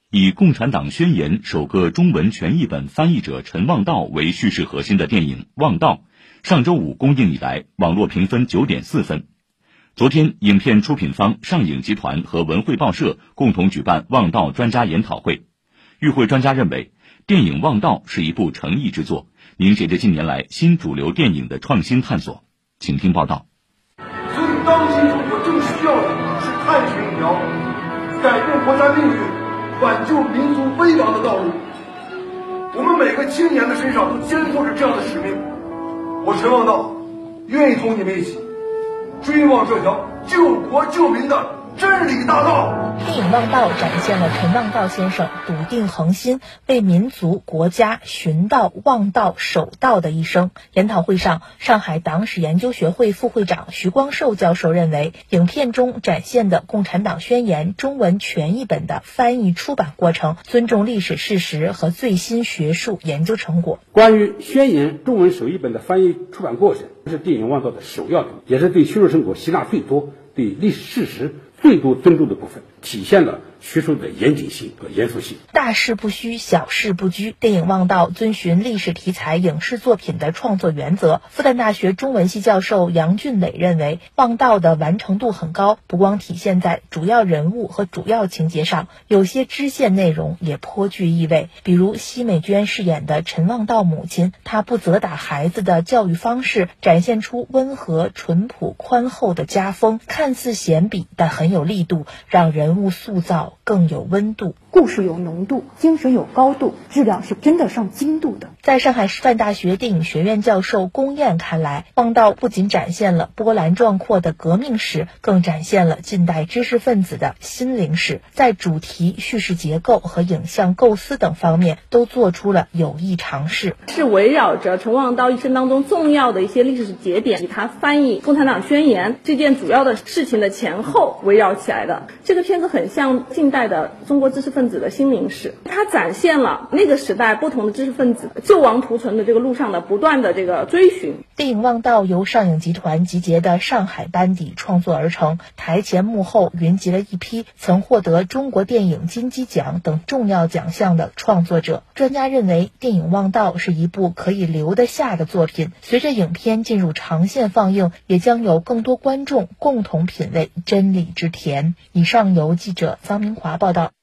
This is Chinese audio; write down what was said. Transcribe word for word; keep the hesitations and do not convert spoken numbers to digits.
以《共产党宣言》首个中文全译本翻译者陈望道为叙事核心的电影《望道》，上周五公映以来，网络评分 九点四 分。昨天，影片出品方上影集团和文汇报社共同举办《望道》专家研讨会。与会专家认为，电影《望道》是一部诚意之作，凝结着近年来新主流电影的创新探索。请听报道。 所以，当今中国正需要的是探寻一条改变国家命运、挽救民族危亡的道路。我们每个青年的身上都肩负着这样的使命。我陈望道愿意同你们一起追望这条救国救民的真理大道。 电影《望道》展现了陈望道先生笃定恒心、为民族国家寻道、望道、守道的一生。研讨会上，上海党史研究学会副会长徐光寿教授认为，影片中展现的《共产党宣言》中文全译本的翻译出版过程，尊重历史事实和最新学术研究成果。 关于宣言中文首译本的翻译出版过程，这是电影《望道》的首要的，也是对学术成果吸纳最多、对历史事实最多尊重的部分，体现了学术的严谨性和严肃性。 大事不虚，小事不拘。电影《望道》遵循历史题材影视作品的创作原则。复旦大学中文系教授杨俊磊认为，《望道》的完成度很高，不光体现在主要人物和主要情节上，有些支线内容也颇具意味。比如奚美娟饰演的陈望道母亲，她不责打孩子的教育方式，展现出温和、淳朴、宽厚的家风，看似闲笔，但很有力度，让人物塑造更有温度。 故事有浓度，精神有高度，质量是真的上精度的。 在上海师范大学电影学院教授龚燕看来，望道不仅展现了波澜壮阔的革命史，更展现了近代知识分子的心灵史，在主题、叙事结构和影像构思等方面都做出了有益尝试。 是围绕着陈望道一生当中重要的一些历史节点，以他翻译《共产党宣言》这件主要的事情的前后围绕起来的。这个片子很像近代的中国知识分子的心灵史，它展现了那个时代不同的知识分子救亡图存的这个路上的不断的这个追寻。 电影《望道》由上影集团集结的上海班底创作而成，台前幕后云集了一批曾获得中国电影金鸡奖等重要奖项的创作者。专家认为，电影《望道》是一部可以留得下的作品，随着影片进入长线放映，也将有更多观众共同品味真理之甜。以上由记者臧明华报道。